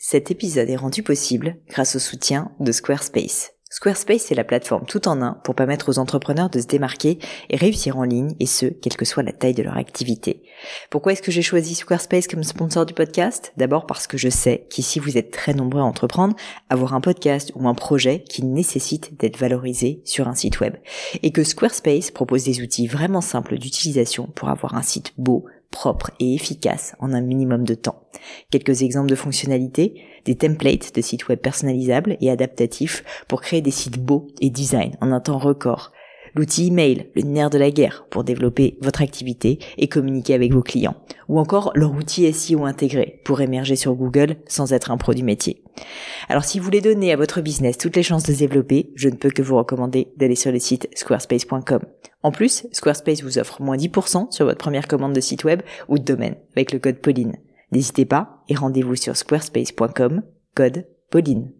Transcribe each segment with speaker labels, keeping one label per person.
Speaker 1: Cet épisode est rendu possible grâce au soutien de Squarespace. Squarespace est la plateforme tout en un pour permettre aux entrepreneurs de se démarquer et réussir en ligne, et ce, quelle que soit la taille de leur activité. Pourquoi est-ce que j'ai choisi Squarespace comme sponsor du podcast ? D'abord parce que je sais qu'ici vous êtes très nombreux à entreprendre, avoir un podcast ou un projet qui nécessite d'être valorisé sur un site web. Et que Squarespace propose des outils vraiment simples d'utilisation pour avoir un site beau, propre et efficace en un minimum de temps. Quelques exemples de fonctionnalités, des templates de sites web personnalisables et adaptatifs pour créer des sites beaux et design en un temps record. L'outil email, le nerf de la guerre pour développer votre activité et communiquer avec vos clients. Ou encore leur outil SEO intégré pour émerger sur Google sans être un pro du métier. Alors si vous voulez donner à votre business toutes les chances de se développer, je ne peux que vous recommander d'aller sur le site squarespace.com. En plus, Squarespace vous offre moins 10% sur votre première commande de site web ou de domaine avec le code Pauline. N'hésitez pas et rendez-vous sur squarespace.com, code Pauline.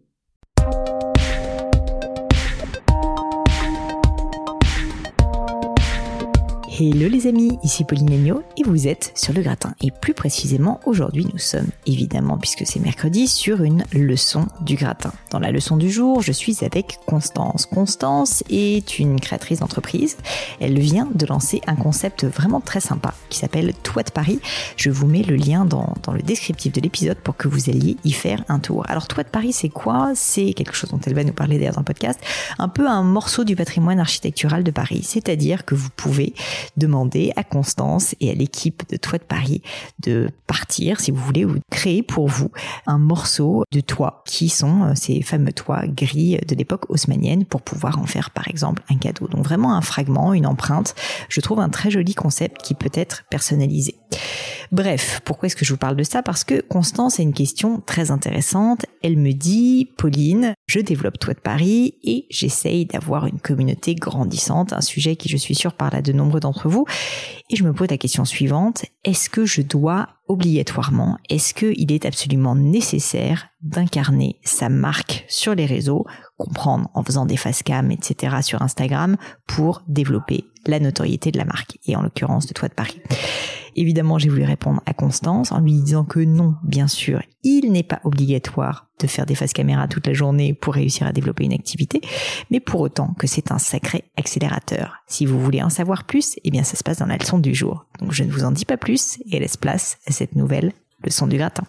Speaker 1: Hello les amis, ici Pauline Agneau et vous êtes sur Le Gratin. Et plus précisément, aujourd'hui nous sommes évidemment, puisque c'est mercredi, sur une leçon du gratin. Dans la leçon du jour, je suis avec Constance. Constance est une créatrice d'entreprise. Elle vient de lancer un concept vraiment très sympa qui s'appelle Toit de Paris. Je vous mets le lien dans le descriptif de l'épisode pour que vous alliez y faire un tour. Alors Toit de Paris, c'est quoi ? C'est quelque chose dont elle va nous parler d'ailleurs dans le podcast, un peu un morceau du patrimoine architectural de Paris. C'est-à-dire que vous pouvez demander à Constance et à l'équipe de Toit de Paris de partir, si vous voulez, ou de créer pour vous un morceau de toit qui sont ces fameux toits gris de l'époque haussmannienne pour pouvoir en faire par exemple un cadeau. Donc vraiment un fragment, une empreinte. Je trouve un très joli concept qui peut être personnalisé. Bref, pourquoi est-ce que je vous parle de ça ? Parce que Constance a une question très intéressante. Elle me dit, Pauline, je développe Toit de Paris et j'essaye d'avoir une communauté grandissante, un sujet qui je suis sûre parle à de nombreux d'entre vous. Et je me pose la question suivante, est-ce que je dois obligatoirement, est-ce qu'il est absolument nécessaire d'incarner sa marque sur les réseaux, comprendre en faisant des facecam, etc. sur Instagram pour développer la notoriété de la marque et en l'occurrence de Toit de Paris. Évidemment, j'ai voulu répondre à Constance en lui disant que non, bien sûr, il n'est pas obligatoire de faire des face caméra toute la journée pour réussir à développer une activité, mais pour autant que c'est un sacré accélérateur. Si vous voulez en savoir plus, eh bien ça se passe dans la leçon du jour. Donc je ne vous en dis pas plus et laisse place à cette nouvelle leçon du gratin.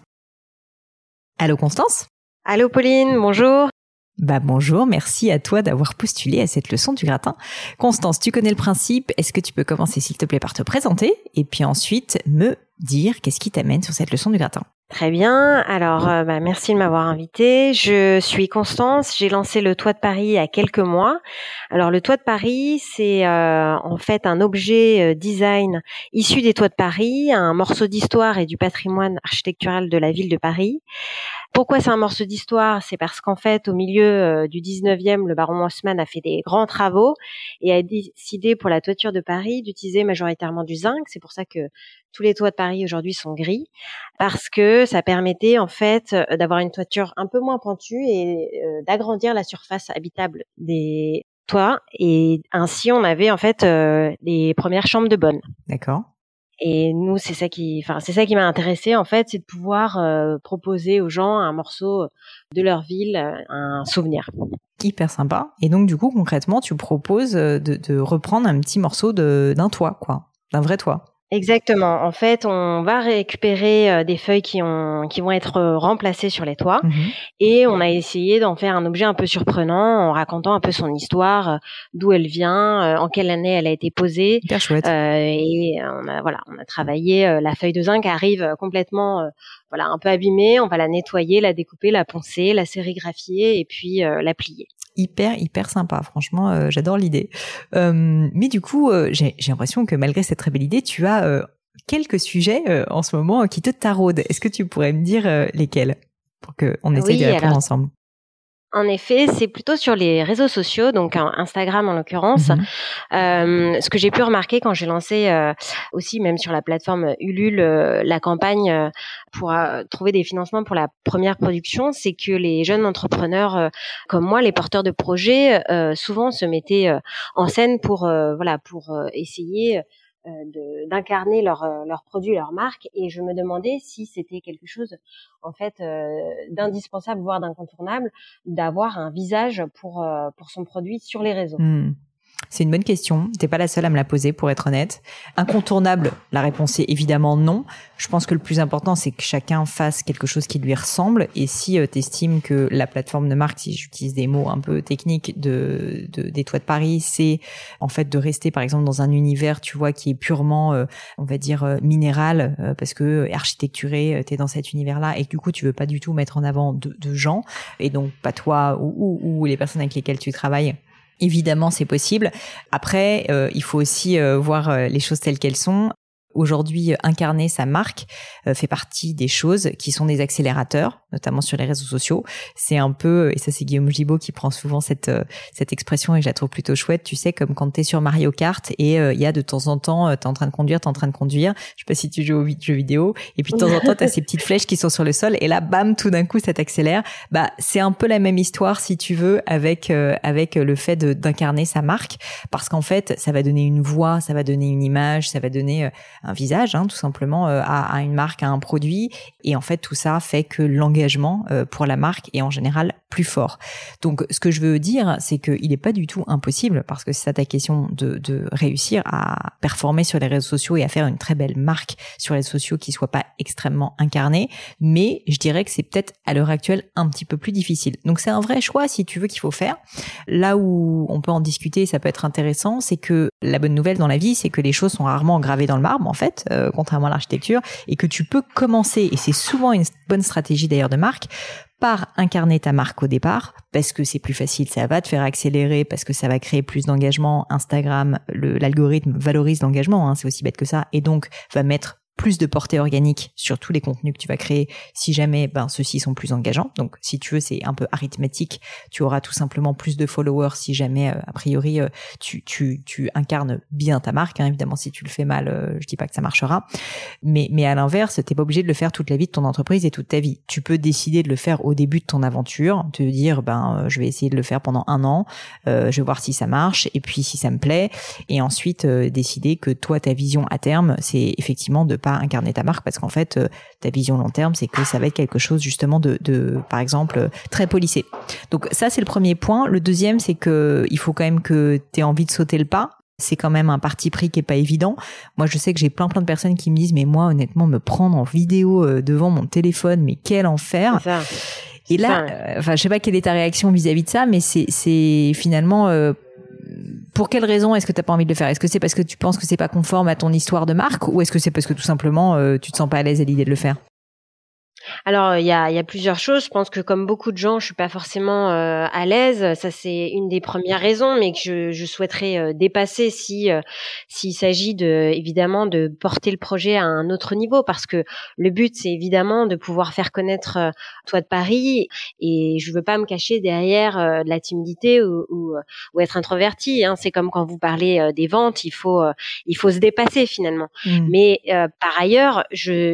Speaker 1: Allô Constance ?
Speaker 2: Allô Pauline, bonjour.
Speaker 1: Bonjour, merci à toi d'avoir postulé à cette leçon du gratin. Constance, tu connais le principe, est-ce que tu peux commencer s'il te plaît par te présenter et puis ensuite me dire qu'est-ce qui t'amène sur cette leçon du gratin ?
Speaker 2: Très bien, alors merci de m'avoir invitée. Je suis Constance, j'ai lancé le Toit de Paris il y a quelques mois. Alors le Toit de Paris, c'est en fait un objet design issu des toits de Paris, un morceau d'histoire et du patrimoine architectural de la ville de Paris. Pourquoi c'est un morceau d'histoire ? C'est parce qu'en fait, au milieu du 19e, le baron Haussmann a fait des grands travaux et a décidé pour la toiture de Paris d'utiliser majoritairement du zinc. C'est pour ça que tous les toits de Paris aujourd'hui sont gris, parce que ça permettait en fait d'avoir une toiture un peu moins pentue et d'agrandir la surface habitable des toits. Et ainsi, on avait en fait les premières chambres de bonne.
Speaker 1: D'accord.
Speaker 2: Et nous, c'est ça qui m'a intéressée en fait, c'est de pouvoir proposer aux gens un morceau de leur ville, un souvenir.
Speaker 1: Hyper sympa. Et donc du coup, concrètement, tu proposes de reprendre un petit morceau d'un toit, quoi, d'un vrai toit.
Speaker 2: Exactement. En fait, on va récupérer des feuilles qui vont être remplacées sur les toits, et on a essayé d'en faire un objet un peu surprenant en racontant un peu son histoire, d'où elle vient, en quelle année elle a été posée.
Speaker 1: Hyper chouette.
Speaker 2: Et on a travaillé. La feuille de zinc arrive complètement, un peu abîmée. On va la nettoyer, la découper, la poncer, la sérigraphier et puis la plier.
Speaker 1: Hyper sympa, franchement, j'adore l'idée. Mais du coup, j'ai l'impression que malgré cette très belle idée, tu as quelques sujets en ce moment qui te taraudent. Est-ce que tu pourrais me dire lesquels pour qu'on essaye de répondre ensemble ?
Speaker 2: En effet, c'est plutôt sur les réseaux sociaux, donc Instagram en l'occurrence. Ce que j'ai pu remarquer quand j'ai lancé aussi, même sur la plateforme Ulule, la campagne pour trouver des financements pour la première production, c'est que les jeunes entrepreneurs comme moi, les porteurs de projets, souvent se mettaient en scène pour essayer d'incarner leur produit, leur marque, et je me demandais si c'était quelque chose en fait d'indispensable, voire d'incontournable, d'avoir un visage pour son produit sur les réseaux.
Speaker 1: C'est une bonne question. T'es pas la seule à me la poser, pour être honnête. Incontournable, la réponse est évidemment non. Je pense que le plus important, c'est que chacun fasse quelque chose qui lui ressemble. Et si t'estimes que la plateforme de marque, si j'utilise des mots un peu techniques des Toits de Paris, c'est en fait de rester, par exemple, dans un univers, tu vois, qui est purement, on va dire, minéral, parce que architecturé, t'es dans cet univers-là, et que du coup, tu veux pas du tout mettre en avant de gens, et donc pas toi ou les personnes avec lesquelles tu travailles. Évidemment, c'est possible. Après, il faut aussi voir les choses telles qu'elles sont. Aujourd'hui, incarner sa marque fait partie des choses qui sont des accélérateurs, notamment sur les réseaux sociaux. C'est un peu, et ça c'est Guillaume Gibaud qui prend souvent cette expression, et je la trouve plutôt chouette, tu sais, comme quand t'es sur Mario Kart et il y a de temps en temps, t'es en train de conduire. Je sais pas si tu joues aux jeux vidéo, et puis de temps en temps, t'as ces petites flèches qui sont sur le sol, et là, bam, tout d'un coup, ça t'accélère. Bah, c'est un peu la même histoire, si tu veux, avec le fait d'incarner sa marque, parce qu'en fait, ça va donner une voix, ça va donner une image, ça va donner un visage, tout simplement, à une marque, à un produit. Et en fait, tout ça fait que l'engagement pour la marque est en général plus fort. Donc, ce que je veux dire, c'est qu'il n'est pas du tout impossible, parce que c'est ça ta question, de réussir à performer sur les réseaux sociaux et à faire une très belle marque sur les réseaux sociaux qui soit pas extrêmement incarnée. Mais je dirais que c'est peut-être à l'heure actuelle un petit peu plus difficile. Donc, c'est un vrai choix, si tu veux, qu'il faut faire. Là où on peut en discuter, ça peut être intéressant, c'est que la bonne nouvelle dans la vie, c'est que les choses sont rarement gravées dans le marbre, en fait, contrairement à l'architecture, et que tu peux commencer, et c'est souvent une bonne stratégie d'ailleurs de marque, par incarner ta marque au départ, parce que c'est plus facile, ça va te faire accélérer, parce que ça va créer plus d'engagement. Instagram, l'algorithme valorise l'engagement, c'est aussi bête que ça, et donc va mettre plus de portée organique sur tous les contenus que tu vas créer si jamais ceux-ci sont plus engageants. Donc si tu veux, c'est un peu arithmétique, tu auras tout simplement plus de followers si jamais a priori tu incarnes bien ta marque, évidemment. Si tu le fais mal, je dis pas que ça marchera, mais à l'inverse, t'es pas obligé de le faire toute la vie de ton entreprise et toute ta vie. Tu peux décider de le faire au début de ton aventure, te dire je vais essayer de le faire pendant 1 an, je vais voir si ça marche, et puis si ça me plaît, et ensuite décider que toi, ta vision à terme, c'est effectivement de pas incarner ta marque, parce qu'en fait ta vision long terme, c'est que ça va être quelque chose justement de par exemple très policé. Donc ça, c'est le premier point. Le deuxième, c'est que il faut quand même que t'aies envie de sauter le pas. C'est quand même un parti pris qui est pas évident. Moi, je sais que j'ai plein de personnes qui me disent, mais moi, honnêtement, me prendre en vidéo devant mon téléphone, mais quel enfer.
Speaker 2: C'est ça.
Speaker 1: Et là, je sais pas quelle est ta réaction vis-à-vis de ça, mais c'est finalement pour quelle raison est-ce que t'as pas envie de le faire? Est-ce que c'est parce que tu penses que c'est pas conforme à ton histoire de marque, ou est-ce que c'est parce que tout simplement tu te sens pas à l'aise à l'idée de le faire?
Speaker 2: Alors, il y a plusieurs choses. Je pense que comme beaucoup de gens, je suis pas forcément à l'aise. Ça, c'est une des premières raisons, mais que je souhaiterais dépasser s'il s'agit évidemment de porter le projet à un autre niveau, parce que le but, c'est évidemment de pouvoir faire connaître Toits de Paris, et je veux pas me cacher derrière de la timidité ou être introvertie. C'est comme quand vous parlez des ventes, il faut se dépasser finalement. Mais par ailleurs,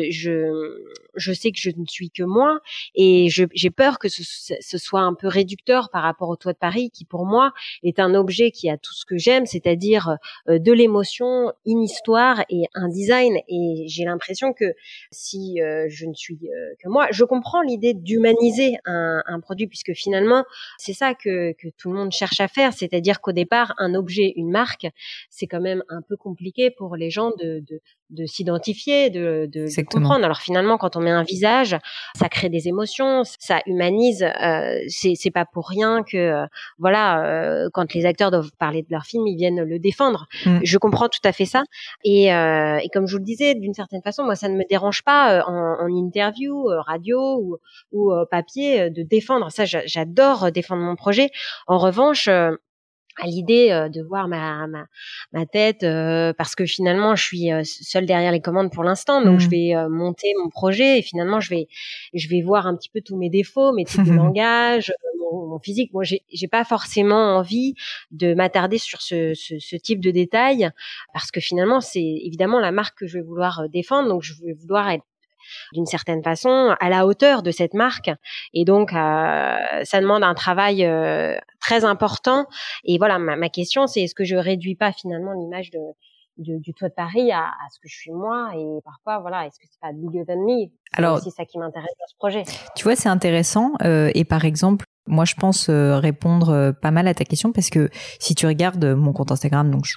Speaker 2: je sais que je ne suis que moi, et j'ai peur que ce soit un peu réducteur par rapport au Toits de Paris, qui pour moi est un objet qui a tout ce que j'aime, c'est-à-dire de l'émotion, une histoire et un design. Et j'ai l'impression que si je ne suis que moi, je comprends l'idée d'humaniser un produit, puisque finalement c'est ça que tout le monde cherche à faire, c'est-à-dire qu'au départ, un objet, une marque, c'est quand même un peu compliqué pour les gens de s'identifier, de comprendre. Alors finalement, quand on met un visage, ça crée des émotions, ça humanise. C'est pas pour rien que quand les acteurs doivent parler de leur film, ils viennent le défendre. Je comprends tout à fait ça. Et comme je vous le disais, d'une certaine façon, moi, ça ne me dérange pas en interview, radio ou papier de défendre. Ça, j'adore défendre mon projet. En revanche, à l'idée de voir ma tête, parce que finalement je suis seule derrière les commandes pour l'instant, donc je vais monter mon projet, et finalement je vais voir un petit peu tous mes défauts, mes types de langage, mon physique. Moi, j'ai pas forcément envie de m'attarder sur ce type de détails, parce que finalement c'est évidemment la marque que je vais vouloir défendre, donc je vais vouloir être d'une certaine façon à la hauteur de cette marque, et donc ça demande un travail très important. Et voilà, ma question, c'est est-ce que je réduis pas finalement l'image du Toit de Paris à ce que je suis moi. Et parfois, voilà, est-ce que c'est pas bigger than me? C'est aussi ça qui m'intéresse dans ce projet.
Speaker 1: Tu vois, c'est intéressant. Et par exemple, moi, je pense répondre pas mal à ta question parce que si tu regardes mon compte Instagram, donc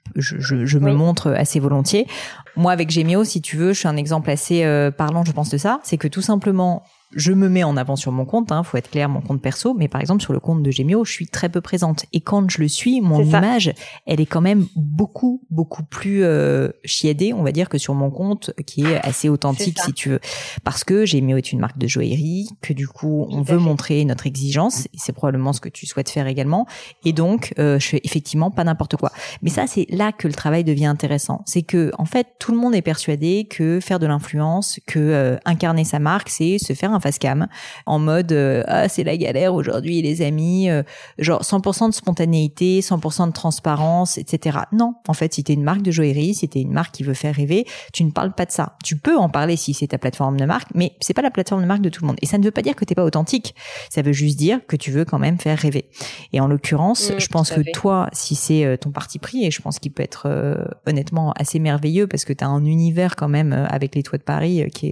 Speaker 1: je me montre assez volontiers. Moi, avec Gémeo, si tu veux, je suis un exemple assez parlant, je pense, de ça. C'est que tout simplement, je me mets en avant sur mon compte, faut être clair, mon compte perso, mais par exemple sur le compte de Gémeo, je suis très peu présente. Et quand je le suis, mon image, elle est quand même beaucoup plus chiadée, on va dire, que sur mon compte, qui est assez authentique, si tu veux. Parce que Gémeo est une marque de joaillerie, que du coup, on veut montrer notre exigence, et c'est probablement ce que tu souhaites faire également. Et donc, je fais effectivement pas n'importe quoi. Mais ça, c'est là que le travail devient intéressant. C'est que, en fait, tout le monde est persuadé que faire de l'influence, que incarner sa marque, c'est se faire un face cam en mode c'est la galère aujourd'hui les amis, genre 100% de spontanéité, 100% de transparence, etc. Non, en fait, si t'es une marque de joaillerie, si t'es une marque qui veut faire rêver, tu ne parles pas de ça. Tu peux en parler si c'est ta plateforme de marque, mais c'est pas la plateforme de marque de tout le monde. Et ça ne veut pas dire que t'es pas authentique. Ça veut juste dire que tu veux quand même faire rêver. Et en l'occurrence, je pense que toi, si c'est ton parti pris, et je pense qu'il peut être honnêtement assez merveilleux parce que t'as un univers quand même avec les Toits de Paris qui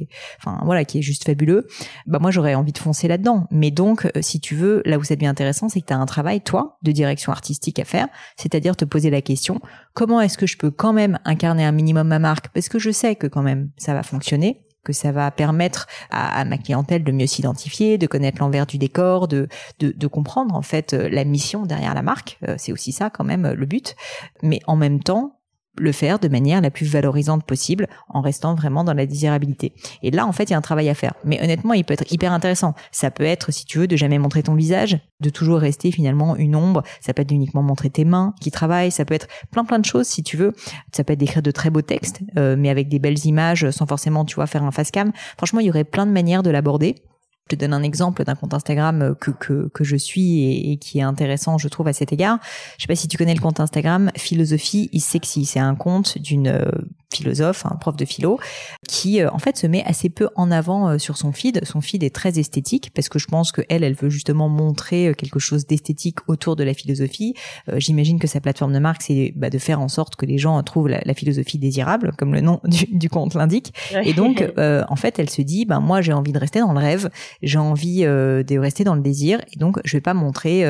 Speaker 1: est juste fabuleux. Bah moi j'aurais envie de foncer là-dedans. Mais donc si tu veux, là où ça devient intéressant, c'est que tu as un travail toi de direction artistique à faire, c'est-à-dire te poser la question comment est-ce que je peux quand même incarner un minimum ma marque, parce que je sais que quand même ça va fonctionner, que ça va permettre à ma clientèle de mieux s'identifier, de connaître l'envers du décor, de comprendre en fait la mission derrière la marque, c'est aussi ça quand même le but, mais en même temps le faire de manière la plus valorisante possible en restant vraiment dans la désirabilité. Et là, en fait, il y a un travail à faire. Mais honnêtement, il peut être hyper intéressant. Ça peut être, si tu veux, de jamais montrer ton visage, de toujours rester finalement une ombre. Ça peut être uniquement montrer tes mains qui travaillent. Ça peut être plein de choses, si tu veux. Ça peut être d'écrire de très beaux textes, mais avec des belles images, sans forcément, tu vois, faire un face cam. Franchement, il y aurait plein de manières de l'aborder. Je te donne un exemple d'un compte Instagram que je suis et qui est intéressant, je trouve, à cet égard. Je sais pas si tu connais le compte Instagram Philosophie is Sexy. C'est un compte d'une philosophe, un prof de philo, qui en fait se met assez peu en avant sur son feed. Son feed est très esthétique parce que je pense que elle veut justement montrer quelque chose d'esthétique autour de la philosophie. J'imagine que sa plateforme de marque, c'est de faire en sorte que les gens trouvent la philosophie désirable, comme le nom du compte l'indique. Et donc, en fait, elle se dit, moi, j'ai envie de rester dans le rêve. J'ai envie de rester dans le désir, et donc je vais pas montrer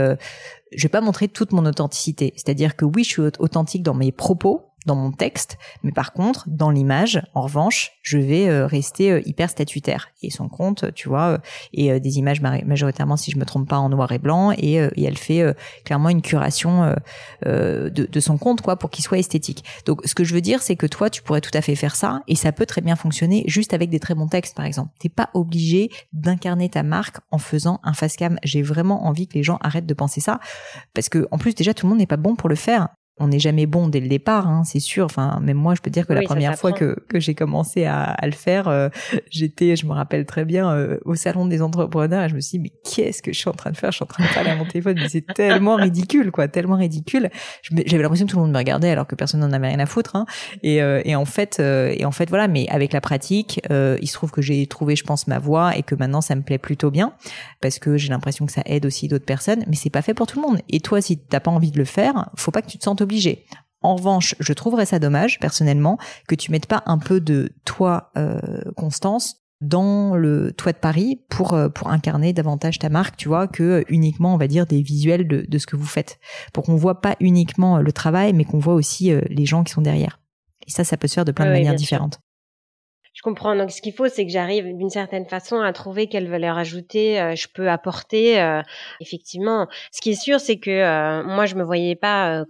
Speaker 1: toute mon authenticité. C'est-à-dire que oui, je suis authentique dans mes propos, dans mon texte, mais par contre, dans l'image, en revanche, je vais rester hyper statutaire. Et son compte, tu vois, et des images majoritairement, si je me trompe pas, en noir et blanc, et elle fait clairement une curation de son compte, quoi, pour qu'il soit esthétique. Donc, ce que je veux dire, c'est que toi, tu pourrais tout à fait faire ça, et ça peut très bien fonctionner juste avec des très bons textes, par exemple. T'es pas obligé d'incarner ta marque en faisant un face cam. J'ai vraiment envie que les gens arrêtent de penser ça, parce que en plus, déjà, tout le monde n'est pas bon pour le faire. On n'est jamais bon dès le départ, c'est sûr. Enfin, même moi, je peux dire que la première fois que j'ai commencé à le faire, je me rappelle très bien, au salon des entrepreneurs, et je me suis dit, mais qu'est-ce que je suis en train de faire? Je suis en train de parler à mon téléphone, mais c'est tellement ridicule, quoi, tellement ridicule. J'avais l'impression que tout le monde me regardait alors que personne n'en avait rien à foutre, Et en fait, voilà. Mais avec la pratique, il se trouve que j'ai trouvé, je pense, ma voie et que maintenant, ça me plaît plutôt bien parce que j'ai l'impression que ça aide aussi d'autres personnes. Mais c'est pas fait pour tout le monde. Et toi, si t'as pas envie de le faire, faut pas que tu te sentes obligé. En revanche, je trouverais ça dommage, personnellement, que tu mettes pas un peu de toi, Constance, dans le Toit de Paris pour incarner davantage ta marque, tu vois, que uniquement, on va dire, des visuels de ce que vous faites. Pour qu'on voit pas uniquement le travail, mais qu'on voit aussi les gens qui sont derrière. Et ça peut se faire de plein de manières différentes.
Speaker 2: Je comprends. Donc, ce qu'il faut, c'est que j'arrive d'une certaine façon à trouver quelle valeur ajoutée je peux apporter. Effectivement, ce qui est sûr, c'est que moi, je me voyais pas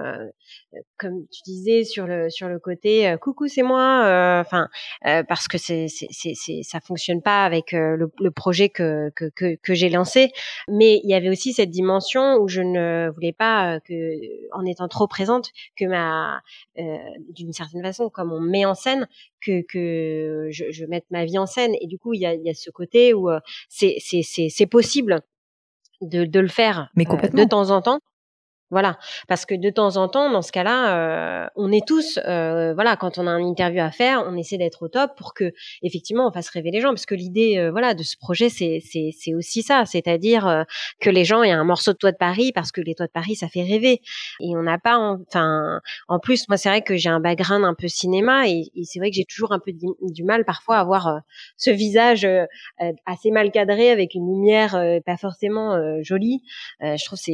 Speaker 2: comme tu disais sur le côté coucou, c'est moi. Parce que ça fonctionne pas avec le projet que j'ai lancé. Mais il y avait aussi cette dimension où je ne voulais pas que, en étant trop présente, que d'une certaine façon, comme on met en scène, que je mette ma vie en scène. Et du coup, il y a ce côté où c'est possible de le faire
Speaker 1: mais complètement.
Speaker 2: de temps en temps. Voilà, parce que de temps en temps, dans ce cas-là, on est tous, voilà, quand on a une interview à faire, on essaie d'être au top pour que, effectivement, on fasse rêver les gens, parce que l'idée, voilà, de ce projet, c'est aussi ça, c'est-à-dire que les gens aient un morceau de toit de Paris, parce que les toits de Paris, ça fait rêver, et on n'a pas, enfin, en plus, moi, c'est vrai que j'ai un background un peu cinéma, et c'est vrai que j'ai toujours un peu du mal parfois à voir ce visage assez mal cadré avec une lumière pas forcément jolie. Je trouve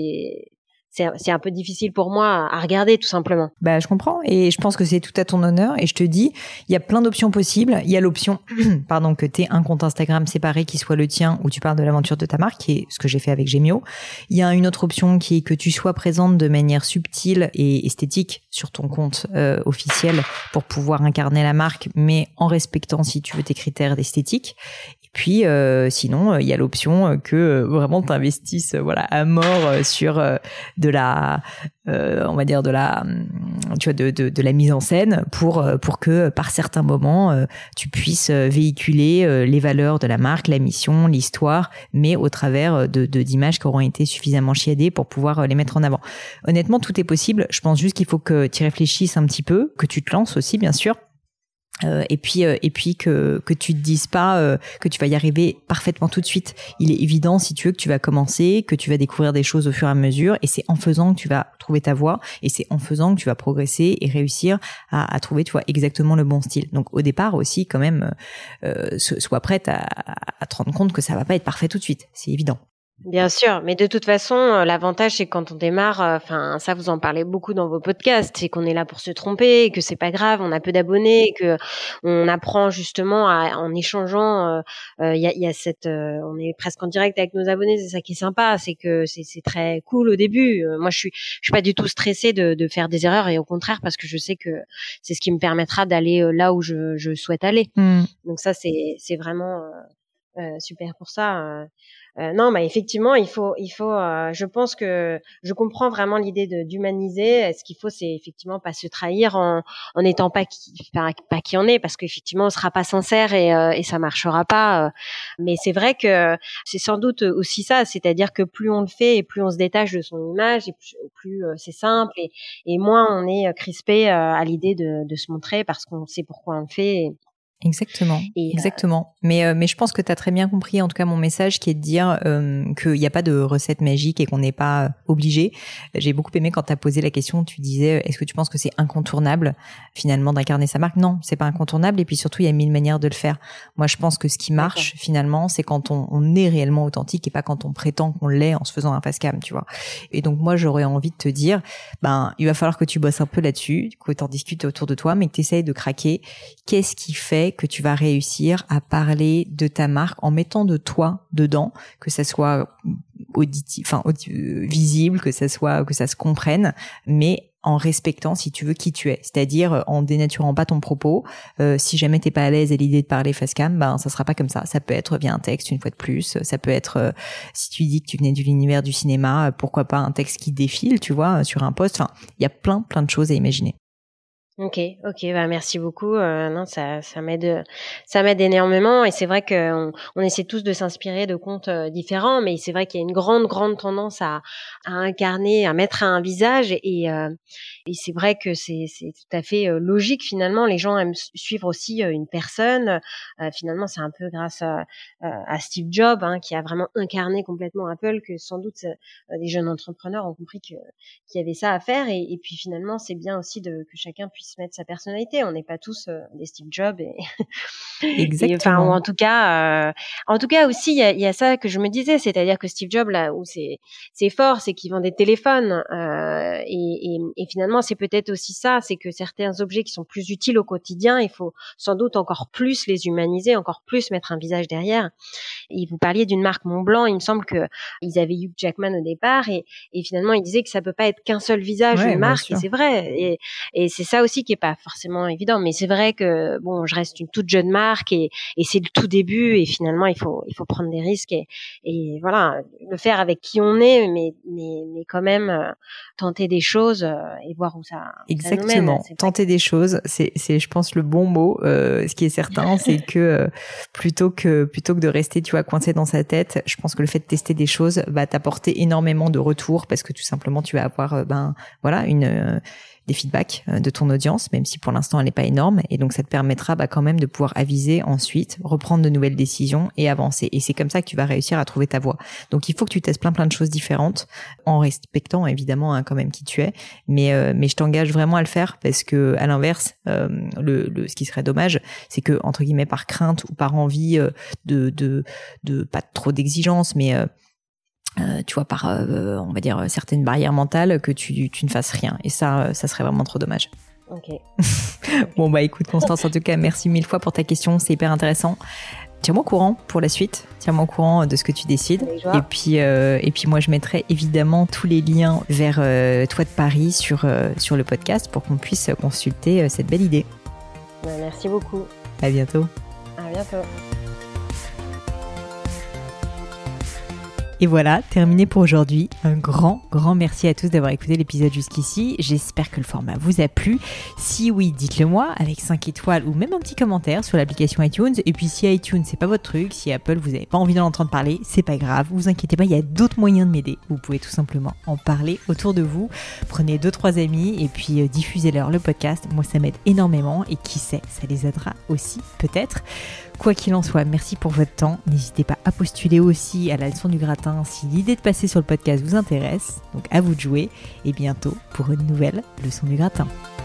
Speaker 2: c'est un peu difficile pour moi à regarder, tout simplement.
Speaker 1: Bah, je comprends et je pense que c'est tout à ton honneur et je te dis, il y a plein d'options possibles. Il y a l'option, pardon, que t'aies un compte Instagram séparé qui soit le tien où tu parles de l'aventure de ta marque, qui est ce que j'ai fait avec Gemio. Il y a une autre option qui est que tu sois présente de manière subtile et esthétique sur ton compte officiel pour pouvoir incarner la marque, mais en respectant, si tu veux, tes critères d'esthétique. Puis sinon, il y a l'option que vraiment t'investisses voilà à mort sur de la on va dire de la tu vois de la mise en scène pour que par certains moments tu puisses véhiculer les valeurs de la marque, la mission, l'histoire, mais au travers d'images qui auront été suffisamment chiadées pour pouvoir les mettre en avant. Honnêtement, tout est possible. Je pense juste qu'il faut que tu réfléchisses un petit peu, que tu te lances aussi bien sûr. Et puis que tu te dises pas que tu vas y arriver parfaitement tout de suite. Il est évident, si tu veux, que tu vas commencer, que tu vas découvrir des choses au fur et à mesure, et c'est en faisant que tu vas trouver ta voie, et c'est en faisant que tu vas progresser et réussir à trouver, tu vois, exactement le bon style. Donc au départ aussi, quand même, sois prête à te rendre compte que ça va pas être parfait tout de suite. C'est évident.
Speaker 2: Bien sûr, mais de toute façon, l'avantage c'est que quand on démarre, enfin ça vous en parlez beaucoup dans vos podcasts, c'est qu'on est là pour se tromper, et que c'est pas grave, on a peu d'abonnés, et que on apprend justement en échangeant. Il y a cette, on est presque en direct avec nos abonnés, c'est ça qui est sympa, c'est que c'est très cool au début. Moi, je suis pas du tout stressée de faire des erreurs, et au contraire parce que je sais que c'est ce qui me permettra d'aller là où je souhaite aller. Donc ça c'est vraiment super pour ça. Non, bah effectivement, il faut. Je pense que je comprends vraiment l'idée d'humaniser. Ce qu'il faut, c'est effectivement pas se trahir en étant pas qui on est, parce qu'effectivement, on sera pas sincère et ça marchera pas. Mais c'est vrai que c'est sans doute aussi ça, c'est-à-dire que plus on le fait et plus on se détache de son image et plus c'est simple et moins on est crispé à l'idée de se montrer parce qu'on sait pourquoi on le fait.
Speaker 1: Exactement, exactement. Mais je pense que tu as très bien compris, en tout cas mon message, qui est de dire qu'il n'y a pas de recette magique et qu'on n'est pas obligé. J'ai beaucoup aimé quand tu as posé la question, tu disais est-ce que tu penses que c'est incontournable finalement d'incarner sa marque? Non, c'est pas incontournable et puis surtout il y a 1000 manières de le faire. Moi je pense que ce qui marche finalement, c'est quand on est réellement authentique et pas quand on prétend qu'on l'est en se faisant un face cam, tu vois. Et donc moi j'aurais envie de te dire, il va falloir que tu bosses un peu là-dessus, que tu en discutes autour de toi, mais que tu essayes de craquer. Qu'est-ce qui fait que tu vas réussir à parler de ta marque en mettant de toi dedans, que ça soit visible, que ça se comprenne, mais en respectant, si tu veux, qui tu es. C'est-à-dire en dénaturant pas ton propos. Si jamais t'es pas à l'aise à l'idée de parler face cam, ça sera pas comme ça. Ça peut être via un texte, une fois de plus. Ça peut être, si tu dis que tu venais de l'univers du cinéma, pourquoi pas un texte qui défile, tu vois, sur un post. Enfin, il y a plein de choses à imaginer.
Speaker 2: Ok, bah merci beaucoup. Non, ça m'aide énormément et c'est vrai que on essaie tous de s'inspirer de comptes différents, mais c'est vrai qu'il y a une grande tendance à incarner, à mettre un visage et c'est vrai que c'est tout à fait logique finalement. Les gens aiment suivre aussi une personne. Finalement, c'est un peu grâce à Steve Jobs qui a vraiment incarné complètement Apple que sans doute des jeunes entrepreneurs ont compris qu'il y avait ça à faire et puis finalement, c'est bien aussi que chacun puisse mettre sa personnalité. On n'est pas tous des Steve Jobs
Speaker 1: Exactement.
Speaker 2: ou en tout cas aussi il y a ça que je me disais, c'est-à-dire que Steve Jobs là où c'est fort, c'est qu'il vend des téléphones et finalement c'est peut-être aussi ça, c'est que certains objets qui sont plus utiles au quotidien, il faut sans doute encore plus les humaniser, encore plus mettre un visage derrière. Et vous parliez d'une marque Montblanc, il me semble que ils avaient Hugh Jackman au départ et finalement il disait que ça peut pas être qu'un seul visage d'une marque et c'est vrai et c'est ça aussi qui est pas forcément évident, mais c'est vrai que bon, je reste une toute jeune marque et c'est le tout début et finalement il faut prendre des risques et voilà, le faire avec qui on est, mais quand même tenter des choses et voir où ça
Speaker 1: Exactement.
Speaker 2: nous mène.
Speaker 1: Tenter des choses, c'est je pense le bon mot. Ce qui est certain, c'est que plutôt que de rester, tu vois, coincé dans sa tête, je pense que le fait de tester des choses va t'apporter énormément de retours parce que tout simplement tu vas avoir des feedbacks de ton audience, même si pour l'instant elle n'est pas énorme, et donc ça te permettra quand même de pouvoir aviser ensuite, reprendre de nouvelles décisions et avancer. Et c'est comme ça que tu vas réussir à trouver ta voie. Donc il faut que tu testes plein de choses différentes, en respectant évidemment quand même qui tu es, mais je t'engage vraiment à le faire parce que à l'inverse, ce qui serait dommage, c'est que entre guillemets par crainte ou par envie de pas trop d'exigence, mais tu vois, par, on va dire, certaines barrières mentales, que tu ne fasses rien. Et ça serait vraiment trop dommage.
Speaker 2: Ok.
Speaker 1: Bon, écoute, Constance, en tout cas, merci 1000 fois pour ta question. C'est hyper intéressant. Tiens-moi au courant pour la suite. Tiens-moi au courant de ce que tu décides. Et puis moi, je mettrai évidemment tous les liens vers Toi de Paris sur le podcast pour qu'on puisse consulter cette belle idée.
Speaker 2: Merci beaucoup.
Speaker 1: À bientôt.
Speaker 2: À bientôt.
Speaker 1: Et voilà, terminé pour aujourd'hui. Un grand merci à tous d'avoir écouté l'épisode jusqu'ici. J'espère que le format vous a plu. Si oui, dites-le moi avec 5 étoiles ou même un petit commentaire sur l'application iTunes. Et puis si iTunes c'est pas votre truc, si Apple vous n'avez pas envie d'en entendre parler, c'est pas grave. Vous inquiétez pas, il y a d'autres moyens de m'aider. Vous pouvez tout simplement en parler autour de vous. Prenez 2-3 amis et puis diffusez-leur le podcast. Moi ça m'aide énormément et qui sait, ça les aidera aussi peut-être. Quoi qu'il en soit, merci pour votre temps. N'hésitez pas à postuler aussi à la leçon du gratin si l'idée de passer sur le podcast vous intéresse. Donc à vous de jouer et bientôt pour une nouvelle leçon du gratin.